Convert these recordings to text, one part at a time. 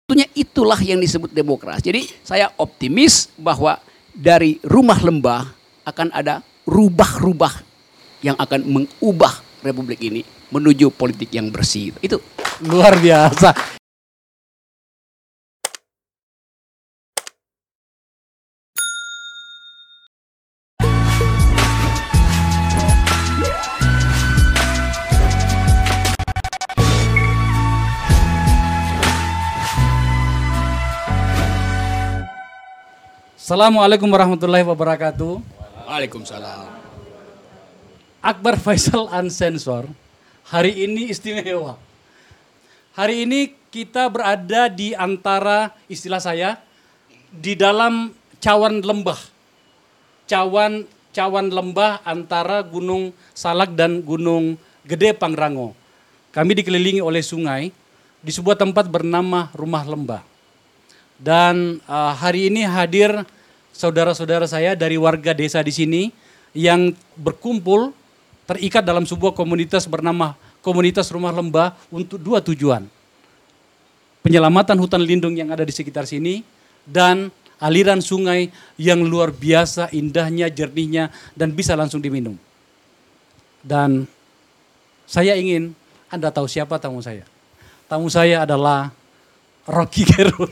Tentunya itulah yang disebut demokrasi. Jadi saya optimis bahwa dari rumah lembah akan ada rubah-rubah yang akan mengubah republik ini menuju politik yang bersih. Itu luar biasa. Assalamualaikum warahmatullahi wabarakatuh. Waalaikumsalam. Akbar Faisal Unsensor hari ini istimewa. Hari ini kita berada di antara, istilah saya, di dalam cawan lembah. Cawan lembah antara Gunung Salak dan Gunung Gede Pangrango. Kami dikelilingi oleh sungai di sebuah tempat bernama Rumah Lembah. Dan hari ini hadir saudara-saudara saya dari warga desa di sini yang berkumpul terikat dalam sebuah komunitas bernama Komunitas Rumah Lembah untuk dua tujuan. Penyelamatan hutan lindung yang ada di sekitar sini dan aliran sungai yang luar biasa indahnya, jernihnya dan bisa langsung diminum. Dan saya ingin Anda tahu siapa tamu saya. Tamu saya adalah Rocky Gerung.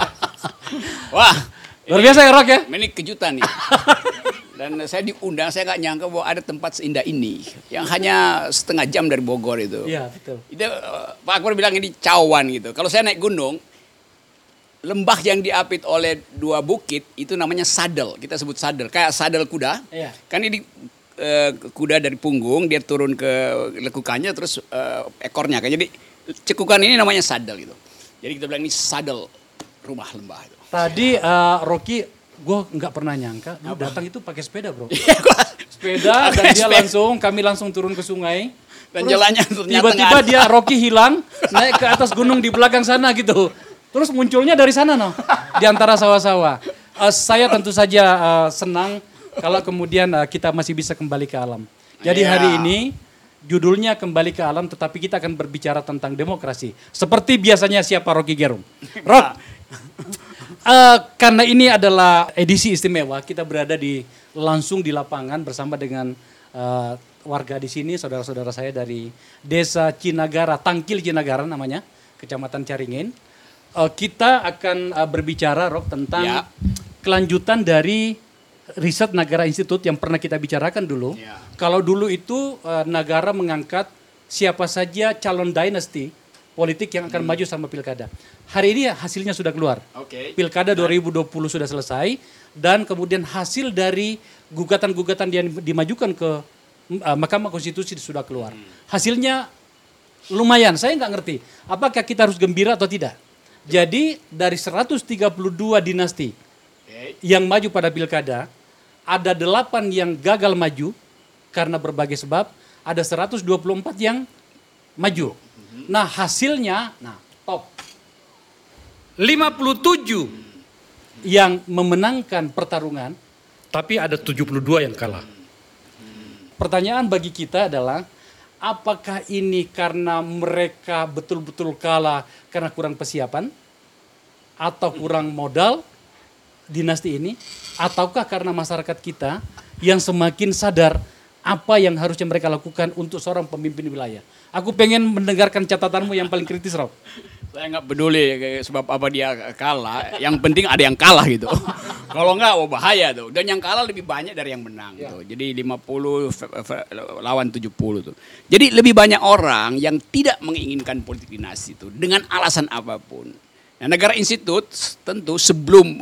Wah, luar biasa ya Rock ya? ini kejutan nih. Dan saya diundang, saya nggak nyangka bahwa ada tempat seindah ini yang hanya setengah jam dari Bogor itu. Iya betul. Itu Pak Akbar bilang ini cawan gitu. Kalau saya naik gunung, lembah yang diapit oleh dua bukit itu namanya sadel. Kita sebut sadel, kayak sadel kuda. Iya. Kan ini kuda dari punggung dia turun ke lekukannya terus ekornya. Jadi cekukan ini namanya sadel gitu. Jadi kita bilang ini sadel rumah lembah itu. Tadi Rocky, gue nggak pernah nyangka, lu datang itu pakai sepeda bro. Sepeda dan dia kami langsung turun ke sungai. Dan jalannya tiba-tiba dia Rocky hilang, naik ke atas gunung di belakang sana gitu. Terus munculnya dari sana no, di antara sawah-sawah. Saya tentu saja senang kalau kemudian kita masih bisa kembali ke alam. Jadi hari ini judulnya Kembali ke Alam, tetapi kita akan berbicara tentang demokrasi. Seperti biasanya siapa Rocky Gerung. Rock, karena ini adalah edisi istimewa, kita berada langsung di lapangan bersama dengan warga di sini, saudara-saudara saya dari Desa Cinagara, Tangkil Cinagara namanya, Kecamatan Caringin. Kita akan berbicara, Rock, tentang kelanjutan dari riset Nagara Institute yang pernah kita bicarakan dulu. Kalau dulu itu Nagara mengangkat siapa saja calon dinasti politik yang akan maju sama pilkada. Hari ini hasilnya sudah keluar. Pilkada 2020 sudah selesai dan kemudian hasil dari gugatan-gugatan yang dimajukan ke Mahkamah Konstitusi sudah keluar. Hasilnya lumayan, saya nggak ngerti apakah kita harus gembira atau tidak. Jadi dari 132 dinasti yang maju pada pilkada, ada 8 yang gagal maju karena berbagai sebab, ada 124 yang maju. Nah hasilnya, top 57 yang memenangkan pertarungan, tapi ada 72 yang kalah. Pertanyaan bagi kita adalah, apakah ini karena mereka betul-betul kalah karena kurang persiapan, atau kurang modal dinasti ini, ataukah karena masyarakat kita yang semakin sadar apa yang harusnya mereka lakukan untuk seorang pemimpin wilayah. Aku pengen mendengarkan catatanmu yang paling kritis, Rob. Saya nggak peduli sebab apa dia kalah, yang penting ada yang kalah gitu. Kalau nggak, bahaya tuh. Dan yang kalah lebih banyak dari yang menang tuh. Jadi 50 lawan 70 tuh. Jadi lebih banyak orang yang tidak menginginkan politik dinasti itu dengan alasan apapun. Nah, Nagara Institute tentu sebelum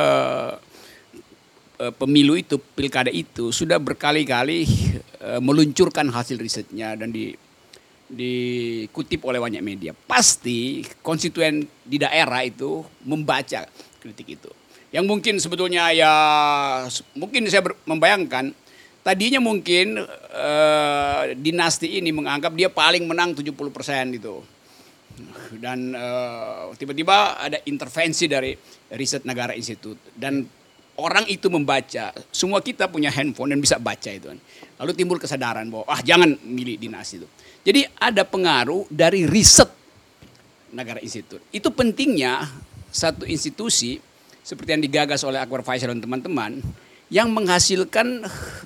pemilu itu, pilkada itu sudah berkali-kali meluncurkan hasil risetnya dan dikutip oleh banyak media. Pasti konstituen di daerah itu membaca kritik itu. Yang mungkin sebetulnya mungkin saya membayangkan tadinya mungkin dinasti ini menganggap dia paling menang 70% gitu. Dan tiba-tiba ada intervensi dari riset Nagara Institute dan orang itu membaca, semua kita punya handphone dan bisa baca itu. Lalu timbul kesadaran bahwa jangan milih dinasti itu. Jadi ada pengaruh dari riset Nagara Institute. Itu pentingnya satu institusi seperti yang digagas oleh Akbar Faisal dan teman-teman yang menghasilkan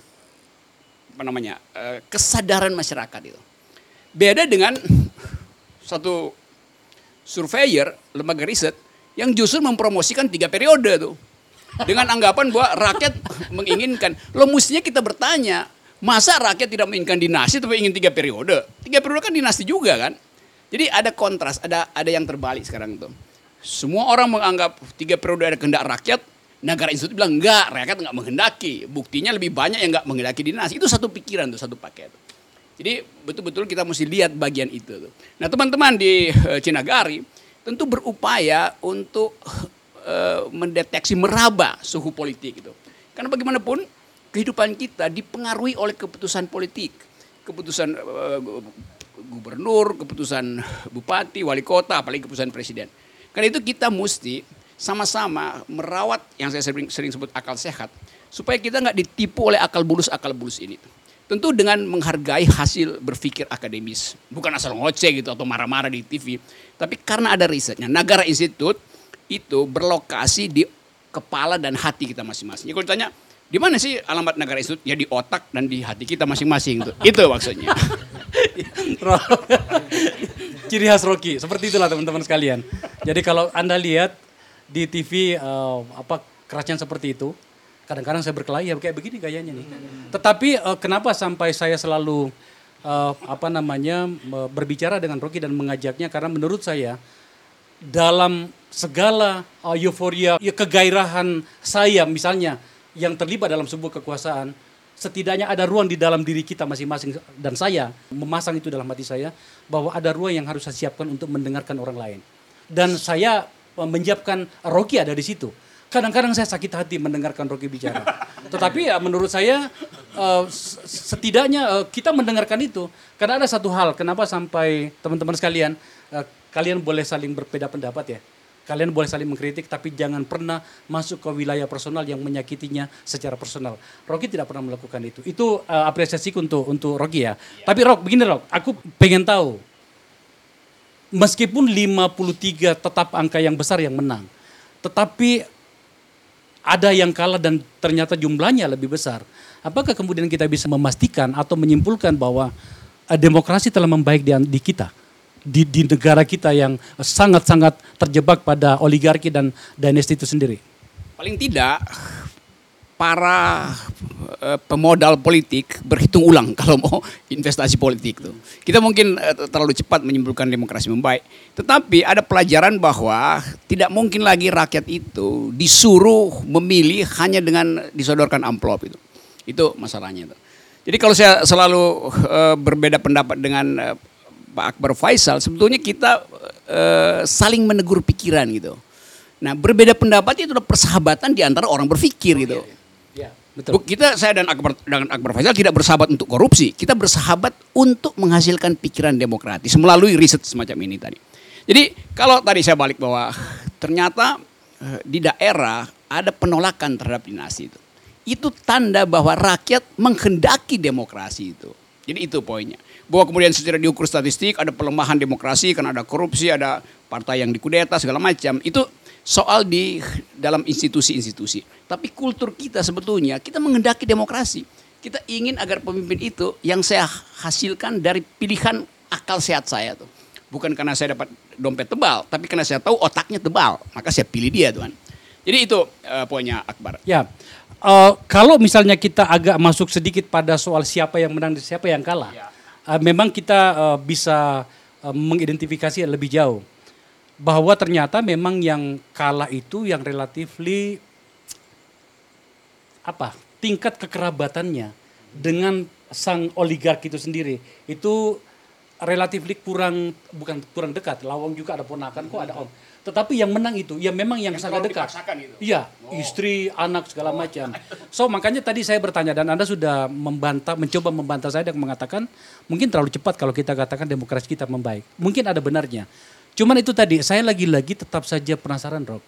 kesadaran masyarakat itu. Beda dengan satu surveyor, lembaga riset yang justru mempromosikan 3 periode tuh. Dengan anggapan bahwa rakyat menginginkan. Lo mestinya kita bertanya, masa rakyat tidak menginginkan dinasti tapi ingin 3 periode? 3 periode kan dinasti juga kan? Jadi ada kontras, ada yang terbalik sekarang tuh. Semua orang menganggap 3 periode ada kehendak rakyat, Nagara Institute bilang enggak, rakyat enggak menghendaki. Buktinya lebih banyak yang enggak menghendaki dinasti. Itu satu pikiran tuh, satu paket. Jadi betul-betul kita mesti lihat bagian itu tuh. Nah teman-teman di Cinagari tentu berupaya untuk mendeteksi, meraba suhu politik itu. Karena bagaimanapun kehidupan kita dipengaruhi oleh keputusan politik. Keputusan gubernur, keputusan bupati, wali kota, apalagi keputusan presiden. Karena itu kita mesti sama-sama merawat yang saya sering sebut akal sehat. Supaya kita nggak ditipu oleh akal bulus ini. Tentu dengan menghargai hasil berpikir akademis. Bukan asal ngoceh gitu atau marah-marah di TV. Tapi karena ada risetnya. Nagara Institute itu berlokasi di kepala dan hati kita masing-masing. Jadi kalau ditanya, di mana sih alamat Nagara Institute? Ya di otak dan di hati kita masing-masing. Itu maksudnya. Ciri khas Rocky, seperti itulah teman-teman sekalian. Jadi kalau Anda lihat di TV kerajaan seperti itu, kadang-kadang saya berkelahi ya kayak begini gayanya nih. Tetapi kenapa sampai saya selalu berbicara dengan Rocky dan mengajaknya, karena menurut saya dalam segala euforia, kegairahan saya misalnya yang terlibat dalam sebuah kekuasaan, setidaknya ada ruang di dalam diri kita masing-masing, dan saya memasang itu dalam hati saya bahwa ada ruang yang harus saya siapkan untuk mendengarkan orang lain. Dan saya menyiapkan Rocky ada di situ. Kadang-kadang saya sakit hati mendengarkan Rocky bicara. Tetapi ya menurut saya setidaknya kita mendengarkan itu. Karena ada satu hal, kenapa sampai teman-teman sekalian, kalian boleh saling berbeda pendapat ya. Kalian boleh saling mengkritik, tapi jangan pernah masuk ke wilayah personal yang menyakitinya secara personal. Rocky tidak pernah melakukan itu. Itu apresiasiku untuk Rocky ya. Tapi begini Rock, aku pengen tahu. Meskipun 53 tetap angka yang besar yang menang, tetapi ada yang kalah dan ternyata jumlahnya lebih besar. Apakah kemudian kita bisa memastikan atau menyimpulkan bahwa demokrasi telah membaik di kita? Di negara kita yang sangat-sangat terjebak pada oligarki dan dinasti itu sendiri? Paling tidak para pemodal politik berhitung ulang kalau mau investasi politik tuh. Kita mungkin terlalu cepat menyimpulkan demokrasi membaik. Tetapi ada pelajaran bahwa tidak mungkin lagi rakyat itu disuruh memilih hanya dengan disodorkan amplop itu. Itu masalahnya itu. Jadi kalau saya selalu berbeda pendapat dengan Pak Akbar Faisal, sebetulnya kita saling menegur pikiran gitu. Nah, berbeda pendapat itu adalah persahabatan di antara orang berpikir gitu. Ya, betul. Saya dan Akbar Faisal tidak bersahabat untuk korupsi, kita bersahabat untuk menghasilkan pikiran demokratis melalui riset semacam ini tadi. Jadi kalau tadi saya balik bahwa ternyata di daerah ada penolakan terhadap dinasti itu. Itu tanda bahwa rakyat menghendaki demokrasi itu. Jadi itu poinnya. Bahwa kemudian secara diukur statistik ada pelemahan demokrasi karena ada korupsi, ada partai yang dikudeta segala macam. Itu soal di dalam institusi-institusi. Tapi kultur kita sebetulnya kita menghendaki demokrasi. Kita ingin agar pemimpin itu yang saya hasilkan dari pilihan akal sehat saya tuh. Bukan karena saya dapat dompet tebal, tapi karena saya tahu otaknya tebal, maka saya pilih dia tuan. Jadi itu poinnya Akbar. Ya. Kalau misalnya kita agak masuk sedikit pada soal siapa yang menang dan siapa yang kalah. Ya. Memang kita bisa mengidentifikasi lebih jauh bahwa ternyata memang yang kalah itu yang relatifly tingkat kekerabatannya dengan sang oligark itu sendiri itu relatifly bukan kurang dekat. Lawang juga ada ponakan kok, ada om. Tetapi yang menang itu ya memang yang sangat dekat. Iya, istri, anak segala macam. So makanya tadi saya bertanya dan Anda sudah mencoba membantah saya dan mengatakan mungkin terlalu cepat kalau kita katakan demokrasi kita membaik. Mungkin ada benarnya. Cuman itu tadi saya lagi-lagi tetap saja penasaran, Rob.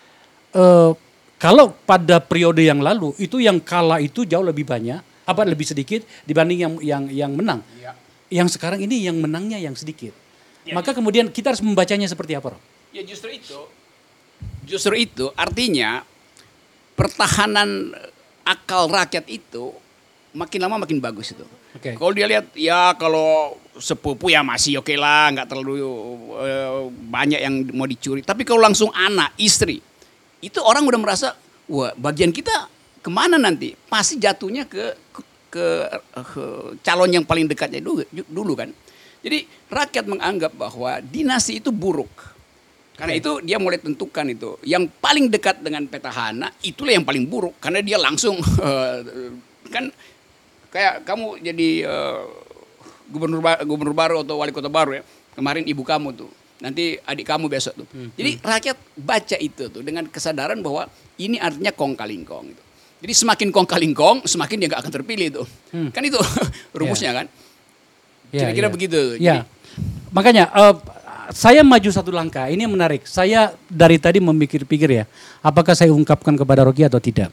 Kalau pada periode yang lalu itu yang kalah itu jauh lebih banyak, lebih sedikit dibanding yang menang. Ya. Yang sekarang ini yang menangnya yang sedikit. Maka kemudian kita harus membacanya seperti apa, Rob? Ya justru itu artinya pertahanan akal rakyat itu makin lama makin bagus itu. Oke. Kalau dia lihat ya kalau sepupu ya masih oke lah, nggak terlalu banyak yang mau dicuri. Tapi kalau langsung anak, istri, itu orang udah merasa wah bagian kita kemana nanti? Pasti jatuhnya ke calon yang paling dekatnya dulu kan. Jadi rakyat menganggap bahwa dinasti itu buruk. Karena itu dia mulai tentukan itu. Yang paling dekat dengan petahana itulah yang paling buruk. Karena dia langsung kan kayak kamu jadi gubernur baru atau wali kota baru ya. Kemarin ibu kamu tuh. Nanti adik kamu besok tuh. Jadi rakyat baca itu tuh dengan kesadaran bahwa ini artinya kong kaling kong gitu. Jadi semakin kong kaling kong semakin dia nggak akan terpilih tuh. Kan itu rumusnya kan. Kira-kira begitu. Ya, makanya saya maju satu langkah. Ini yang menarik. Saya dari tadi memikir-pikir ya, apakah saya ungkapkan kepada Rocky atau tidak.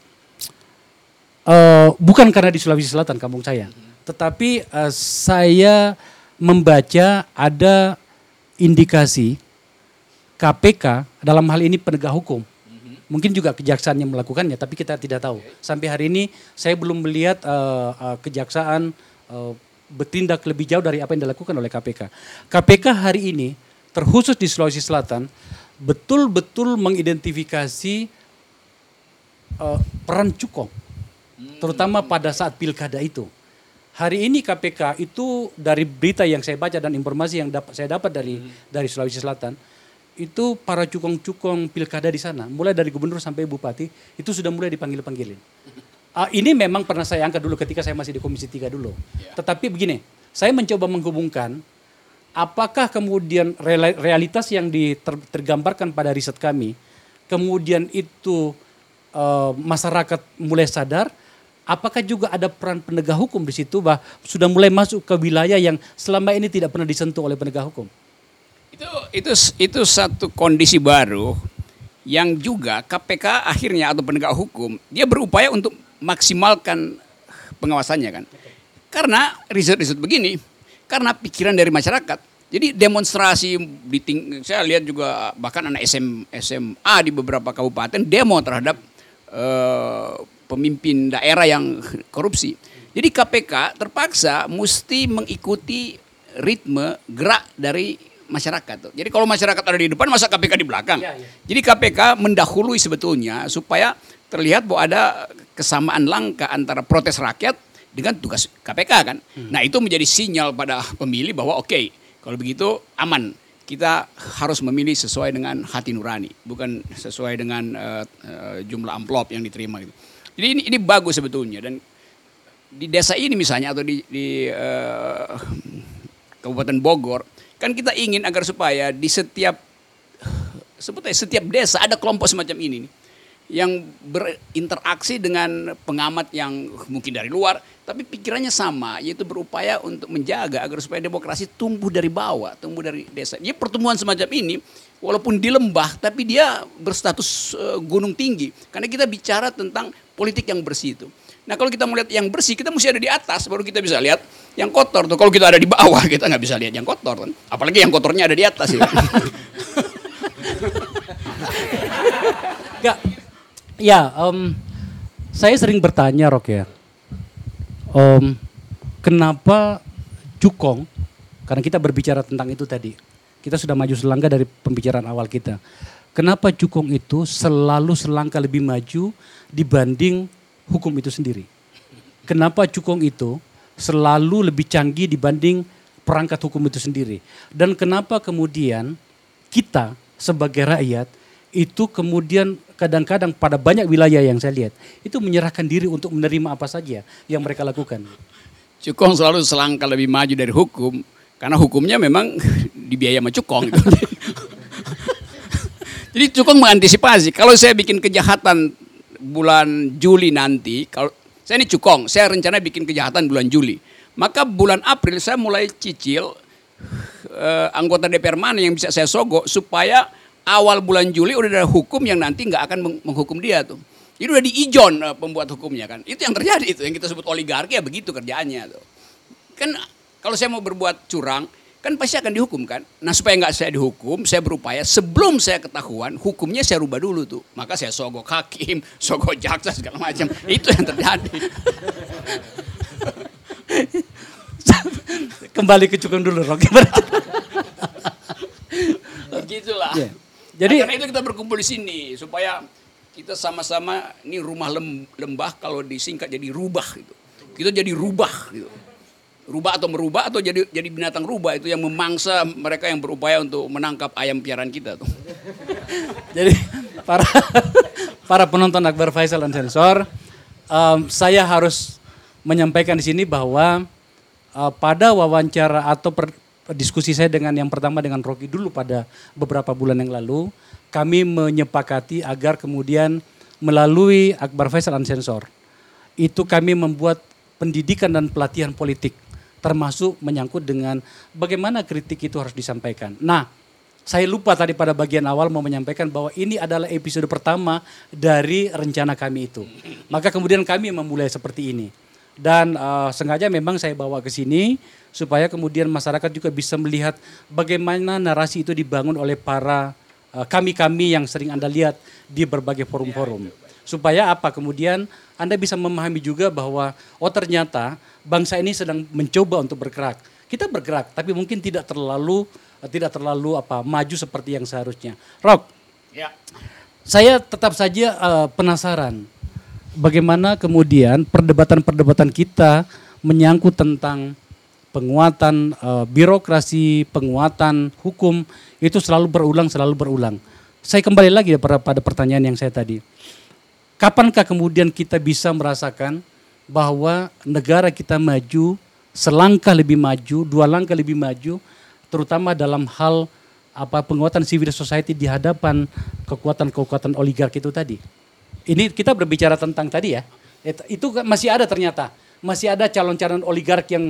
Bukan karena di Sulawesi Selatan kampung saya, tetapi saya membaca ada indikasi KPK dalam hal ini penegak hukum. Mungkin juga kejaksaan yang melakukannya, tapi kita tidak tahu. Sampai hari ini saya belum melihat kejaksaan bertindak lebih jauh dari apa yang dilakukan oleh KPK. KPK hari ini terkhusus di Sulawesi Selatan betul-betul mengidentifikasi peran cukong, terutama pada saat pilkada itu. Hari ini KPK itu dari berita yang saya baca dan informasi yang saya dapat dari Sulawesi Selatan, itu para cukong-cukong pilkada di sana, mulai dari gubernur sampai bupati, itu sudah mulai dipanggil-panggilin. Ini memang pernah saya angkat dulu ketika saya masih di Komisi 3 dulu. Tetapi begini, saya mencoba menghubungkan apakah kemudian realitas yang tergambarkan pada riset kami, kemudian itu masyarakat mulai sadar, apakah juga ada peran penegak hukum di situ, sudah mulai masuk ke wilayah yang selama ini tidak pernah disentuh oleh penegak hukum? Itu satu kondisi baru yang juga KPK akhirnya atau penegak hukum dia berupaya untuk maksimalkan pengawasannya kan. Karena riset-riset begini, karena pikiran dari masyarakat. Jadi demonstrasi saya lihat juga bahkan anak SMA di beberapa kabupaten demo terhadap pemimpin daerah yang korupsi. Jadi KPK terpaksa mesti mengikuti ritme gerak dari masyarakat. Jadi kalau masyarakat ada di depan, masa KPK di belakang? Jadi KPK mendahului sebetulnya supaya terlihat bahwa ada kesamaan langkah antara protes rakyat dengan tugas KPK kan. Nah itu menjadi sinyal pada pemilih bahwa oke, kalau begitu aman. Kita harus memilih sesuai dengan hati nurani, bukan sesuai dengan jumlah amplop yang diterima gitu. Jadi ini bagus sebetulnya. Dan di desa ini misalnya atau di Kabupaten Bogor, kan kita ingin agar supaya di setiap desa ada kelompok semacam ini nih, yang berinteraksi dengan pengamat yang mungkin dari luar, tapi pikirannya sama, yaitu berupaya untuk menjaga agar supaya demokrasi tumbuh dari bawah, tumbuh dari desa. Jadi pertemuan semacam ini, walaupun di lembah, tapi dia berstatus gunung tinggi, karena kita bicara tentang politik yang bersih itu. Nah kalau kita melihat yang bersih, kita mesti ada di atas, baru kita bisa lihat yang kotor tuh. Kalau kita ada di bawah, kita nggak bisa lihat yang kotor kan. Apalagi yang kotornya ada di atas ya. Saya sering bertanya Rok ya, kenapa cukong, karena kita berbicara tentang itu tadi, kita sudah maju selangkah dari pembicaraan awal kita. Kenapa cukong itu selalu selangkah lebih maju dibanding hukum itu sendiri? Kenapa cukong itu selalu lebih canggih dibanding perangkat hukum itu sendiri? Dan kenapa kemudian kita sebagai rakyat itu kemudian kadang-kadang pada banyak wilayah yang saya lihat itu menyerahkan diri untuk menerima apa saja yang mereka lakukan? Cukong selalu selangkah lebih maju dari hukum karena hukumnya memang dibiayai sama cukong gitu. Jadi cukong mengantisipasi. Kalau saya bikin kejahatan bulan Juli nanti, kalau saya ini cukong, saya rencana bikin kejahatan bulan Juli. Maka bulan April saya mulai cicil anggota DPR mana yang bisa saya sogok supaya awal bulan Juli udah ada hukum yang nanti nggak akan menghukum dia tuh. Jadi udah diijon pembuat hukumnya kan. Itu yang terjadi itu yang kita sebut oligarki ya begitu kerjaannya tuh. Kan kalau saya mau berbuat curang, kan pasti akan dihukum kan. Nah supaya nggak saya dihukum, saya berupaya sebelum saya ketahuan hukumnya saya rubah dulu tuh. Maka saya sogok hakim, sogok jaksa segala macam. Itu yang terjadi. Kembali ke Cukong dulu, Rocky. Begitulah. Yeah. Jadi karena itu kita berkumpul di sini supaya kita sama-sama ini rumah lembah kalau disingkat jadi rubah gitu. Kita jadi rubah gitu. Rubah atau merubah atau jadi binatang rubah itu yang memangsa mereka yang berupaya untuk menangkap ayam piaraan kita tuh. Jadi para penonton Akbar Faisal Unsensor, saya harus menyampaikan di sini bahwa pada wawancara atau diskusi saya dengan yang pertama dengan Rocky dulu pada beberapa bulan yang lalu, kami menyepakati agar kemudian melalui Akbar Faisal Unsensor itu kami membuat pendidikan dan pelatihan politik, termasuk menyangkut dengan bagaimana kritik itu harus disampaikan. Nah, saya lupa tadi pada bagian awal mau menyampaikan bahwa ini adalah episode pertama dari rencana kami itu. Maka kemudian kami memulai seperti ini. Dan sengaja memang saya bawa ke sini supaya kemudian masyarakat juga bisa melihat bagaimana narasi itu dibangun oleh para kami-kami yang sering Anda lihat di berbagai forum-forum. Supaya apa? Kemudian Anda bisa memahami juga bahwa ternyata bangsa ini sedang mencoba untuk bergerak. Kita bergerak, tapi mungkin tidak terlalu maju seperti yang seharusnya. Rock, Ya. saya tetap saja penasaran bagaimana kemudian perdebatan-perdebatan kita menyangkut tentang penguatan birokrasi, penguatan hukum itu selalu berulang. Saya kembali lagi pada pertanyaan yang saya tadi. Kapankah kemudian kita bisa merasakan bahwa negara kita maju, selangkah lebih maju, 2 langkah lebih maju, terutama dalam hal penguatan civil society di hadapan kekuatan-kekuatan oligarki itu tadi. Ini kita berbicara tentang tadi ya, itu masih ada ternyata. Masih ada calon-calon oligark yang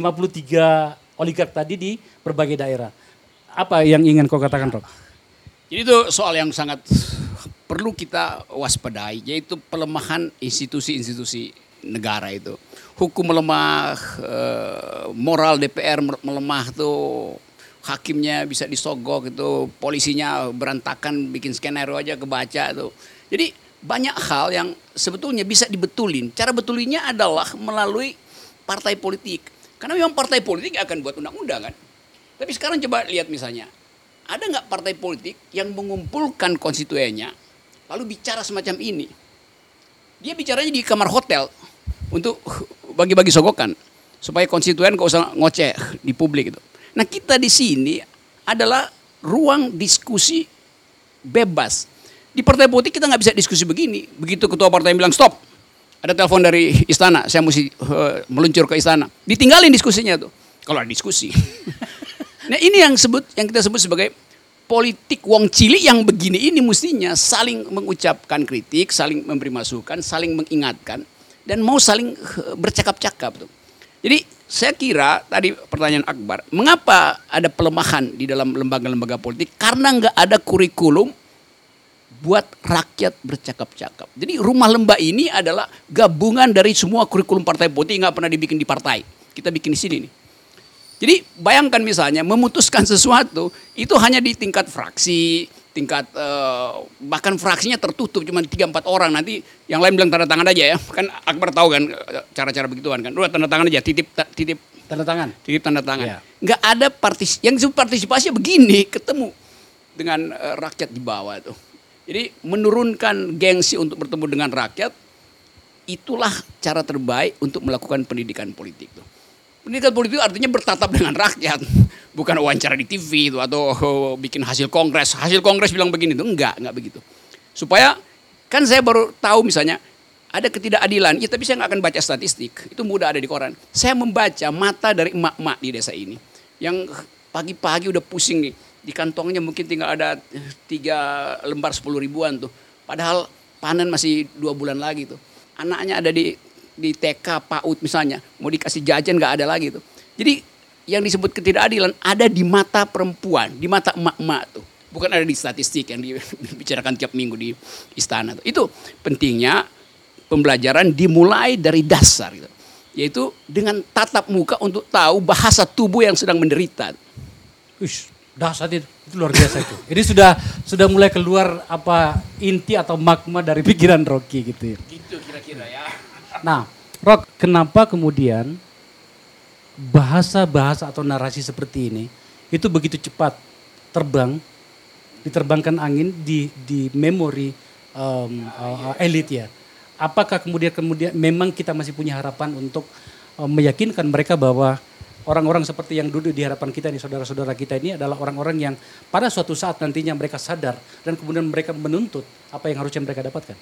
53 oligark tadi di berbagai daerah. Apa yang ingin kau katakan, Rob? Jadi itu soal yang sangat perlu kita waspadai, yaitu pelemahan institusi-institusi negara itu. Hukum melemah, moral DPR melemah tuh, hakimnya bisa disogok itu, polisinya berantakan, bikin skenario aja kebaca tuh. Jadi banyak hal yang sebetulnya bisa dibetulin. Cara betulinnya adalah melalui partai politik. Karena memang partai politik akan buat undang-undang kan. Tapi sekarang coba lihat misalnya, ada nggak partai politik yang mengumpulkan konstituennya lalu bicara semacam ini? Dia bicaranya di kamar hotel untuk bagi-bagi sogokan supaya konstituen gak usah ngoceh di publik itu. Nah kita di sini adalah ruang diskusi bebas. Di partai politik kita nggak bisa diskusi begini. Begitu ketua partai bilang stop, ada telepon dari istana, saya mesti meluncur ke istana. Ditinggalin diskusinya tuh. Kalau ada diskusi. Nah ini yang kita sebut sebagai politik wong cilik yang begini ini mestinya saling mengucapkan kritik, saling memberi masukan, saling mengingatkan, dan mau saling bercakap-cakap tuh. Jadi saya kira tadi pertanyaan Akbar, mengapa ada pelemahan di dalam lembaga-lembaga politik? Karena nggak ada kurikulum buat rakyat bercakap-cakap. Jadi rumah lembah ini adalah gabungan dari semua kurikulum partai politik, nggak pernah dibikin di partai. Kita bikin di sini nih. Jadi bayangkan misalnya memutuskan sesuatu itu hanya di tingkat fraksi, bahkan fraksinya tertutup cuma 3-4 orang, nanti yang lain bilang tanda tangan aja ya. Kan Akbar tahu kan cara-cara begituan kan. Udah tanda tangan aja, titip tanda tangan. Titip tanda tangan. Ya. Nggak ada yang disebut partisipasinya begini, ketemu dengan rakyat di bawah tuh. Jadi menurunkan gengsi untuk bertemu dengan rakyat, itulah cara terbaik untuk melakukan pendidikan politik tuh. Pendidikan politik artinya bertatap dengan rakyat, bukan wawancara di TV itu atau bikin hasil kongres. Hasil kongres bilang begini tuh enggak begitu. Supaya kan saya baru tahu misalnya ada ketidakadilan, ya tapi saya nggak akan baca statistik, itu mudah ada di koran. Saya membaca mata dari emak-emak di desa ini yang pagi-pagi udah pusing nih, di kantongnya mungkin tinggal ada 3 lembar 10 ribuan tuh. Padahal panen masih 2 bulan lagi tuh. Anaknya ada di TK, PAUD misalnya, mau dikasih jajan nggak ada lagi tuh. Jadi yang disebut ketidakadilan ada di mata perempuan, di mata emak-emak tuh. Bukan ada di statistik yang dibicarakan tiap minggu di istana tuh. Itu pentingnya pembelajaran dimulai dari dasar gitu. yaitu dengan tatap muka untuk tahu bahasa tubuh yang sedang menderita. Uish, dahsyat itu luar biasa itu. Ini sudah mulai keluar apa inti atau magma dari pikiran Rocky gitu ya. Gitu kira-kira ya. Nah, Rock, kenapa kemudian bahasa-bahasa atau narasi seperti ini itu begitu cepat terbang, diterbangkan angin di memori elit ya? Apakah kemudian memang kita masih punya harapan untuk meyakinkan mereka bahwa orang-orang seperti yang duduk di hadapan kita ini, saudara-saudara kita ini adalah orang-orang yang pada suatu saat nantinya mereka sadar dan kemudian mereka menuntut apa yang harusnya mereka dapatkan?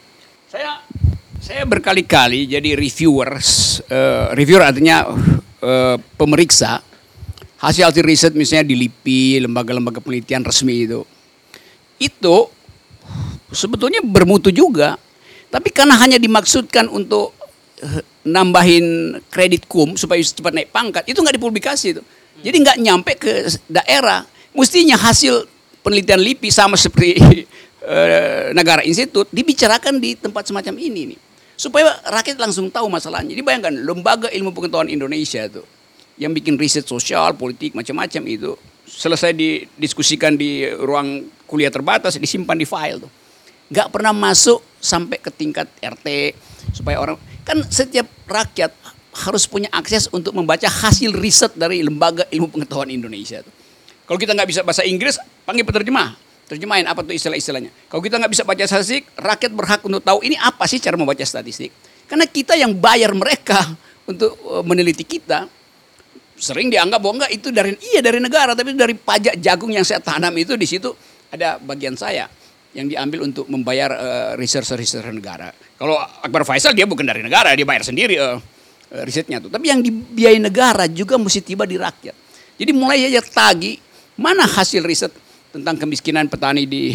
Saya berkali-kali jadi reviewer artinya pemeriksa hasil riset misalnya di LIPI, lembaga-lembaga penelitian resmi itu sebetulnya bermutu juga. Tapi karena hanya dimaksudkan untuk nambahin kredit supaya cepat naik pangkat, itu nggak dipublikasi itu. Jadi nggak nyampe ke daerah. Mestinya hasil penelitian LIPI sama seperti Negara Institut dibicarakan di tempat semacam ini nih, supaya rakyat langsung tahu masalahnya. Jadi bayangkan lembaga ilmu pengetahuan Indonesia itu yang bikin riset sosial, politik, macam-macam itu selesai didiskusikan di ruang kuliah terbatas, disimpan di file tuh. Nggak pernah masuk sampai ke tingkat RT supaya orang, kan setiap rakyat harus punya akses untuk membaca hasil riset dari lembaga ilmu pengetahuan Indonesia tuh. Kalau kita nggak bisa bahasa Inggris, panggil penerjemah, terjemahin apa tuh istilah-istilahnya. Kalau kita nggak bisa baca statistik, rakyat berhak untuk tahu ini apa sih cara membaca statistik. Karena kita yang bayar mereka untuk meneliti kita. Sering dianggap bahwa enggak itu dari negara, tapi dari pajak jagung yang saya tanam itu di situ ada bagian saya yang diambil untuk membayar research negara. Kalau Akbar Faisal dia bukan dari negara, dia bayar sendiri risetnya tuh. Tapi yang dibiayai negara juga mesti tiba di rakyat. Jadi mulai aja tagih mana hasil riset tentang kemiskinan petani di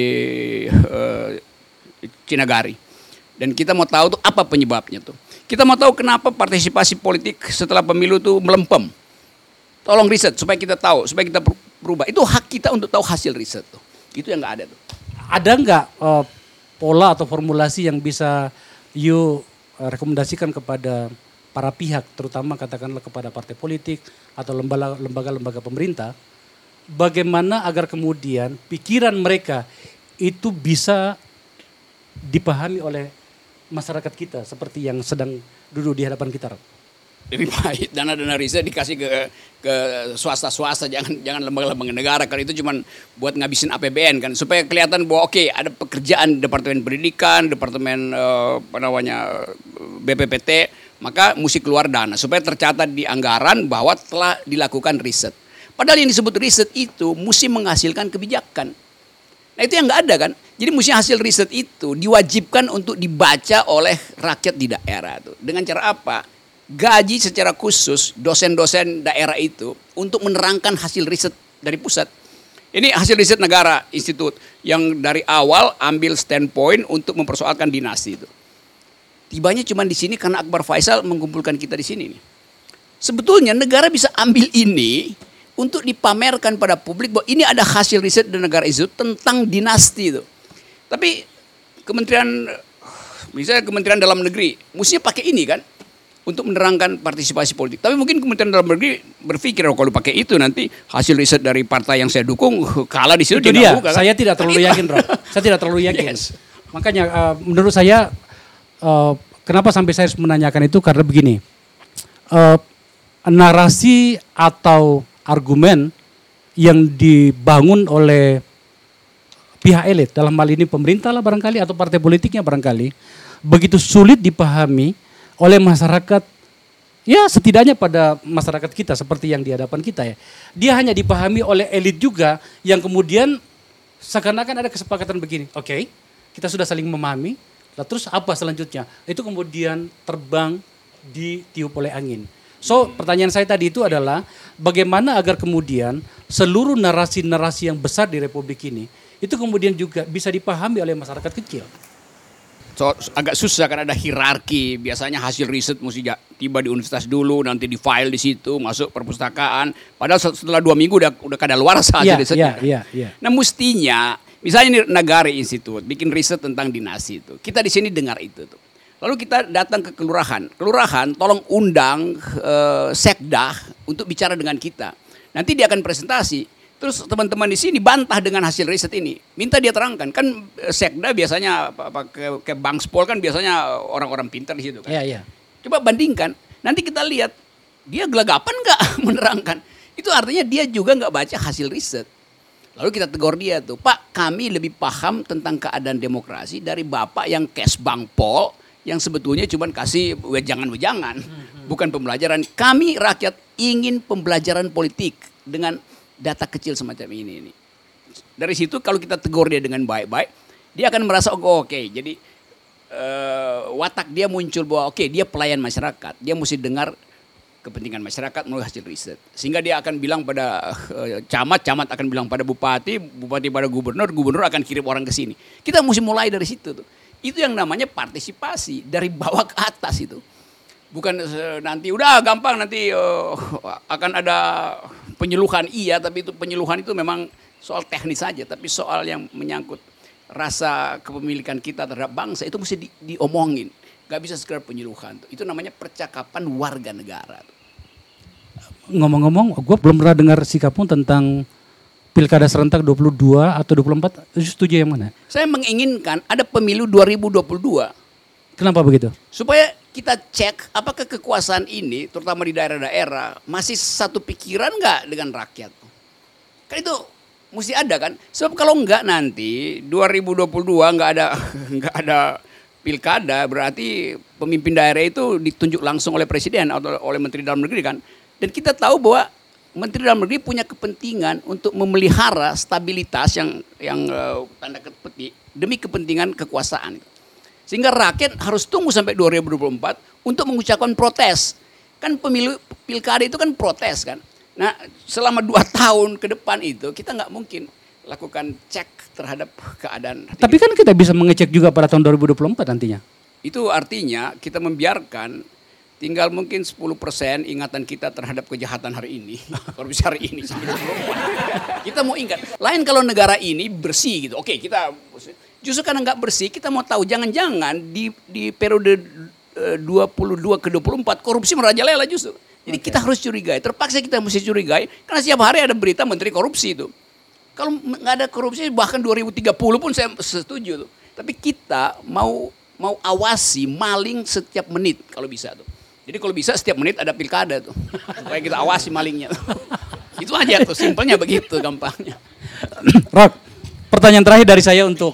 Cinagari. Dan kita mau tahu tuh apa penyebabnya tuh. Kita mau tahu kenapa partisipasi politik setelah pemilu tuh melempem. Tolong riset supaya kita tahu, supaya kita berubah. Itu hak kita untuk tahu hasil riset tuh. Itu yang nggak ada tuh. Ada nggak pola atau formulasi yang bisa rekomendasikan kepada para pihak, terutama katakanlah kepada partai politik atau lembaga-lembaga pemerintah, bagaimana agar kemudian pikiran mereka itu bisa dipahami oleh masyarakat kita seperti yang sedang duduk di hadapan kita? Lebih baik dana-dana riset dikasih ke swasta, jangan lembaga-lembaga negara, karena itu cuma buat ngabisin APBN kan, supaya kelihatan bahwa oke, ada pekerjaan Departemen Pendidikan, Departemen BPPT, maka mesti keluar dana supaya tercatat di anggaran bahwa telah dilakukan riset. Padahal yang disebut riset itu mesti menghasilkan kebijakan. Nah itu yang nggak ada kan. Jadi mesti hasil riset itu diwajibkan untuk dibaca oleh rakyat di daerah tuh. Dengan cara apa? Gaji secara khusus dosen-dosen daerah itu untuk menerangkan hasil riset dari pusat. Ini hasil riset Negara Institut yang dari awal ambil standpoint untuk mempersoalkan dinasti itu. Tibanya cuma di sini karena Akbar Faisal mengumpulkan kita di sini nih. Sebetulnya negara bisa ambil ini untuk dipamerkan pada publik bahwa ini ada hasil riset dari Negara Institut tentang dinasti itu. Tapi misalnya Kementerian Dalam Negeri, mestinya pakai ini kan untuk menerangkan partisipasi politik. Tapi mungkin Kementerian Dalam Negeri berpikir kalau pakai itu nanti hasil riset dari partai yang saya dukung kalah di situ. Itu dia. Saya tidak terlalu yakin, Rob. Saya tidak terlalu yakin. Yes. Makanya menurut saya kenapa sampai saya harus menanyakan itu karena begini. Narasi atau argumen yang dibangun oleh pihak elit, dalam hal ini pemerintah lah barangkali atau partai politiknya barangkali, begitu sulit dipahami oleh masyarakat, ya setidaknya pada masyarakat kita seperti yang di hadapan kita ya. Dia hanya dipahami oleh elit juga yang kemudian seakan-akan ada kesepakatan begini, oke, kita sudah saling memahami, lalu terus apa selanjutnya? Itu kemudian terbang ditiup oleh angin. So pertanyaan saya tadi itu adalah bagaimana agar kemudian seluruh narasi-narasi yang besar di Republik ini itu kemudian juga bisa dipahami oleh masyarakat kecil. So, agak susah kan ada hierarki. Biasanya hasil riset mesti tiba di universitas dulu, nanti di file di situ, masuk perpustakaan. Padahal setelah 2 minggu udah kadaluarsa hasil risetnya. Nah mestinya, misalnya ini Negara Institut bikin riset tentang dinasti itu. Kita di sini dengar itu tuh. Lalu kita datang ke kelurahan. Kelurahan tolong undang sekda untuk bicara dengan kita. Nanti dia akan presentasi. Terus teman-teman di sini bantah dengan hasil riset ini. Minta dia terangkan. Kan sekda biasanya ke Bangspol kan biasanya orang-orang pintar di situ kan. Iya. Coba bandingkan. Nanti kita lihat dia gelagapan nggak menerangkan. Itu artinya dia juga nggak baca hasil riset. Lalu kita tegur dia tuh, Pak, kami lebih paham tentang keadaan demokrasi dari Bapak yang kes Bangpol yang sebetulnya cuma kasih wejangan-wejangan, bukan pembelajaran. Kami rakyat ingin pembelajaran politik dengan data kecil semacam ini. Dari situ kalau kita tegur dia dengan baik-baik, dia akan merasa oke. Jadi watak dia muncul bahwa dia pelayan masyarakat, dia mesti dengar kepentingan masyarakat melalui hasil riset. Sehingga dia akan bilang pada camat akan bilang pada bupati pada gubernur akan kirim orang ke sini. Kita mesti mulai dari situ tuh. Itu yang namanya partisipasi dari bawah ke atas itu. Bukan nanti udah gampang nanti akan ada penyuluhan tapi itu penyuluhan itu memang soal teknis saja, tapi soal yang menyangkut rasa kepemilikan kita terhadap bangsa itu mesti diomongin. Gak bisa sekedar penyuluhan. Itu namanya percakapan warga negara. Ngomong-ngomong, gue belum pernah dengar sikapmu tentang Pilkada serentak 22 atau 24, setuju yang mana? Saya menginginkan ada pemilu 2022. Kenapa begitu? Supaya kita cek apakah kekuasaan ini, terutama di daerah-daerah, masih satu pikiran nggak dengan rakyat. Kan itu mesti ada kan. Sebab kalau enggak nanti 2022 nggak ada pilkada, berarti pemimpin daerah itu ditunjuk langsung oleh presiden atau oleh menteri dalam negeri kan. Dan kita tahu bahwa menteri dalam negeri punya kepentingan untuk memelihara stabilitas yang tanda petik demi kepentingan kekuasaan. Sehingga rakyat harus tunggu sampai 2024 untuk mengucapkan protes. Kan pemilu pilkada itu kan protes kan. Nah selama 2 tahun ke depan itu kita nggak mungkin lakukan cek terhadap keadaan. Tapi kan kita bisa mengecek juga pada tahun 2024 nantinya. Itu artinya kita membiarkan tinggal mungkin 10% ingatan kita terhadap kejahatan hari ini. Korupsi hari ini. Kita mau ingat. Lain kalau negara ini bersih gitu. Oke kita justru karena nggak bersih kita mau tahu jangan-jangan di periode 22 ke 24 korupsi merajalela justru. Jadi kita harus curigai. Terpaksa kita mesti curigai karena setiap hari ada berita menteri korupsi itu. Kalau nggak ada korupsi bahkan 2030 pun saya setuju tuh. Tapi kita mau awasi maling setiap menit kalau bisa tuh. Jadi kalau bisa setiap menit ada pilkada tuh. Supaya kita awasi malingnya. Itu aja tuh, simpelnya begitu gampangnya. Rok, pertanyaan terakhir dari saya untuk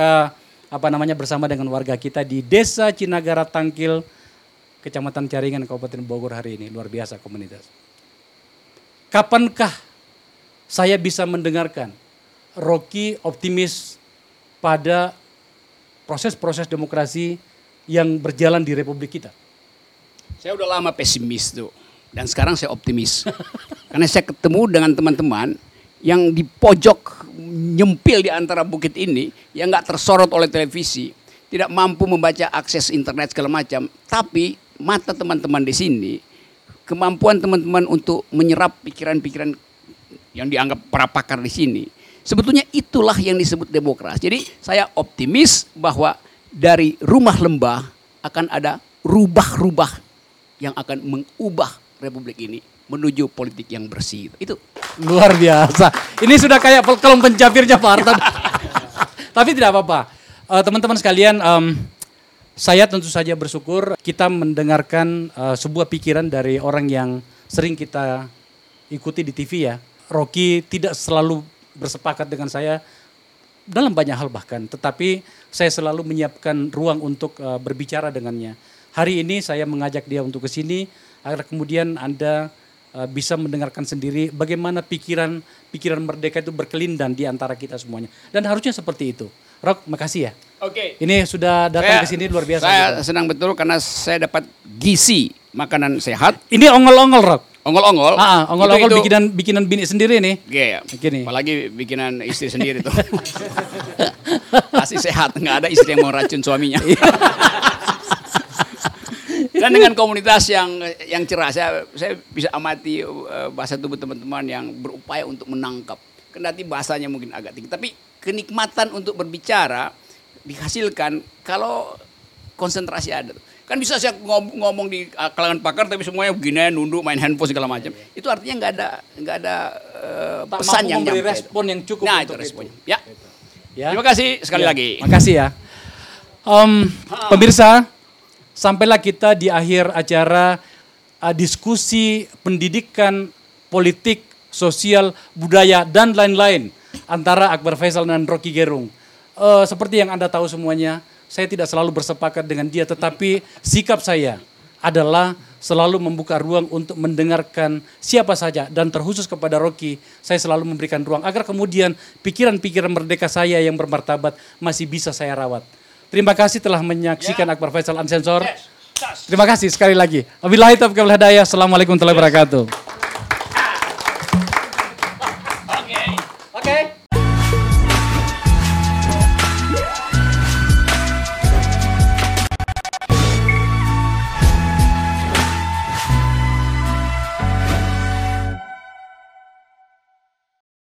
bersama dengan warga kita di Desa Cinagara Tangkil, Kecamatan Caringan, Kabupaten Bogor hari ini. Luar biasa komunitas. Kapankah saya bisa mendengarkan Rocky optimis pada proses-proses demokrasi yang berjalan di Republik kita? Saya udah lama pesimis tuh. Dan sekarang saya optimis. Karena saya ketemu dengan teman-teman yang di pojok nyempil di antara bukit ini, yang gak tersorot oleh televisi, tidak mampu membaca akses internet segala macam. Tapi mata teman-teman di sini, kemampuan teman-teman untuk menyerap pikiran-pikiran yang dianggap para pakar di sini, sebetulnya itulah yang disebut demokrasi. Jadi saya optimis bahwa dari rumah lembah akan ada rubah-rubah yang akan mengubah Republik ini menuju politik yang bersih. Itu luar biasa. Ini sudah kayak kolom pencapirnya Pak Harto. Tapi tidak apa-apa. Teman-teman sekalian, saya tentu saja bersyukur kita mendengarkan sebuah pikiran dari orang yang sering kita ikuti di TV ya. Rocky tidak selalu bersepakat dengan saya dalam banyak hal bahkan. Tetapi saya selalu menyiapkan ruang untuk berbicara dengannya. Hari ini saya mengajak dia untuk ke sini agar kemudian Anda bisa mendengarkan sendiri bagaimana pikiran merdeka itu berkelindan di antara kita semuanya. Dan harusnya seperti itu. Rok, makasih ya. Oke. Ini sudah datang ke sini luar biasa. Saya senang betul karena saya dapat gizi makanan sehat. Ini ongol-ongol, Rok. Ongol-ongol. Ongol-ongol bikinan bini sendiri nih. Iya. Begini. Apalagi bikinan istri sendiri tuh. Pasti sehat, nggak ada istri yang mau racun suaminya. Dan dengan komunitas yang cerah, saya bisa amati bahasa tubuh teman-teman yang berupaya untuk menangkap. Kendati bahasanya mungkin agak tinggi, tapi kenikmatan untuk berbicara dihasilkan kalau konsentrasi ada. Kan bisa saya ngomong di kalangan pakar tapi semuanya begini nunduk main handphone segala macam. Itu artinya nggak ada pesan yang memberi nyampe. respon yang cukup Nah, untuk itu responnya. itu. Ya. Ya. Terima kasih sekali lagi. Makasih ya. Pemirsa, sampailah kita di akhir acara diskusi pendidikan, politik, sosial, budaya, dan lain-lain antara Akbar Faisal dan Rocky Gerung. Seperti yang Anda tahu semuanya, saya tidak selalu bersepakat dengan dia, tetapi sikap saya adalah selalu membuka ruang untuk mendengarkan siapa saja, dan terkhusus kepada Rocky, saya selalu memberikan ruang agar kemudian pikiran-pikiran merdeka saya yang bermartabat masih bisa saya rawat. Terima kasih telah menyaksikan Akbar Faisal Unsensor. Terima kasih sekali lagi. Wabillahi taufiq wal hidayah. Assalamualaikum warahmatullahi wabarakatuh. Oke.